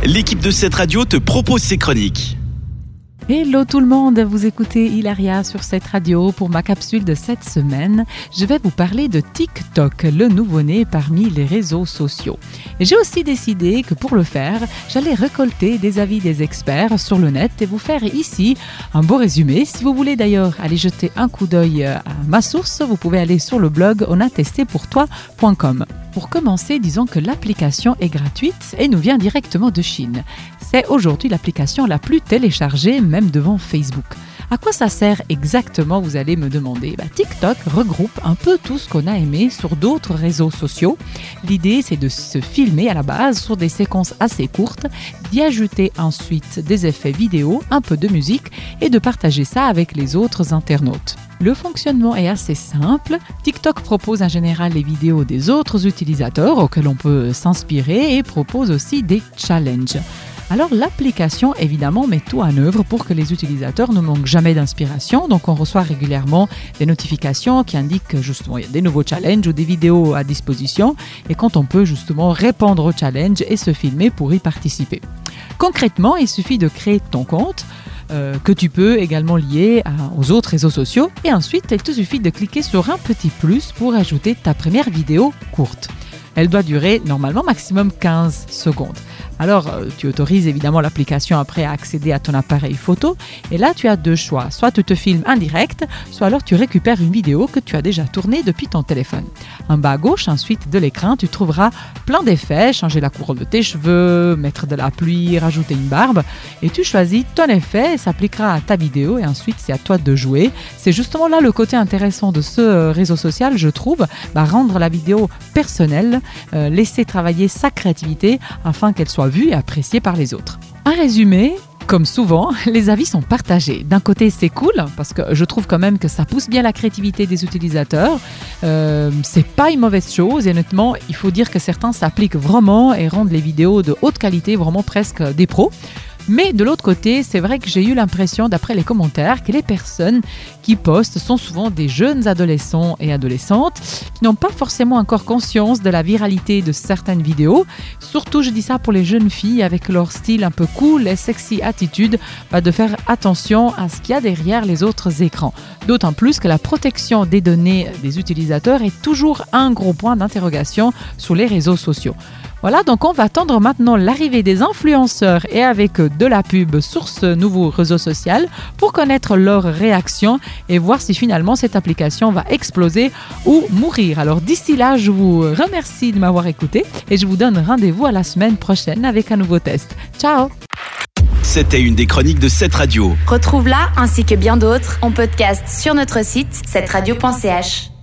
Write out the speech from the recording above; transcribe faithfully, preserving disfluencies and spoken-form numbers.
l'équipe de cette radio te propose ses chroniques. Hello tout le monde, vous écoutez Hilaria sur cette radio. Pour ma capsule de cette semaine, je vais vous parler de TikTok, le nouveau-né parmi les réseaux sociaux. Et j'ai aussi décidé que pour le faire, j'allais récolter des avis des experts sur le net et vous faire ici un beau résumé. Si vous voulez d'ailleurs aller jeter un coup d'œil à ma source, vous pouvez aller sur le blog on a testé pour toi point com. Pour commencer, disons que l'application est gratuite et nous vient directement de Chine. C'est aujourd'hui l'application la plus téléchargée, même devant Facebook. À quoi ça sert exactement, vous allez me demander? Bah, TikTok regroupe un peu tout ce qu'on a aimé sur d'autres réseaux sociaux. L'idée, c'est de se filmer à la base sur des séquences assez courtes, d'y ajouter ensuite des effets vidéo, un peu de musique et de partager ça avec les autres internautes. Le fonctionnement est assez simple. TikTok propose en général les vidéos des autres utilisateurs auxquels on peut s'inspirer et propose aussi des challenges. Alors l'application évidemment met tout en œuvre pour que les utilisateurs ne manquent jamais d'inspiration. Donc on reçoit régulièrement des notifications qui indiquent que justement il y a des nouveaux challenges ou des vidéos à disposition et quand on peut justement répondre aux challenges et se filmer pour y participer. Concrètement, il suffit de créer ton compte euh, que tu peux également lier à, aux autres réseaux sociaux et ensuite il te suffit de cliquer sur un petit plus pour ajouter ta première vidéo courte. Elle doit durer normalement maximum quinze secondes. Alors, tu autorises évidemment l'application après à accéder à ton appareil photo et là, tu as deux choix. Soit tu te filmes en direct, soit alors tu récupères une vidéo que tu as déjà tournée depuis ton téléphone. En bas à gauche, ensuite de l'écran, tu trouveras plein d'effets, changer la couleur de tes cheveux, mettre de la pluie, rajouter une barbe et tu choisis ton effet et s'appliquera à ta vidéo et ensuite c'est à toi de jouer. C'est justement là le côté intéressant de ce réseau social, je trouve, bah, rendre la vidéo personnelle, euh, laisser travailler sa créativité afin qu'elle soit vue et appréciée par les autres. Un résumé, comme souvent, les avis sont partagés. D'un côté, c'est cool parce que je trouve quand même que ça pousse bien la créativité des utilisateurs. Euh, c'est pas une mauvaise chose et honnêtement, il faut dire que certains s'appliquent vraiment et rendent les vidéos de haute qualité, vraiment presque des pros. Mais de l'autre côté, c'est vrai que j'ai eu l'impression, d'après les commentaires, que les personnes qui postent sont souvent des jeunes adolescents et adolescentes qui n'ont pas forcément encore conscience de la viralité de certaines vidéos. Surtout, je dis ça pour les jeunes filles avec leur style un peu cool et sexy attitude, bah de faire attention à ce qu'il y a derrière les autres écrans. D'autant plus que la protection des données des utilisateurs est toujours un gros point d'interrogation sur les réseaux sociaux. Voilà, donc on va attendre maintenant l'arrivée des influenceurs et avec de la pub sur ce nouveau réseau social pour connaître leur réaction et voir si finalement cette application va exploser ou mourir. Alors d'ici là, je vous remercie de m'avoir écouté et je vous donne rendez-vous à la semaine prochaine avec un nouveau test. Ciao! C'était une des chroniques de cette radio. Retrouve-la ainsi que bien d'autres en podcast sur notre site cette radio point c h.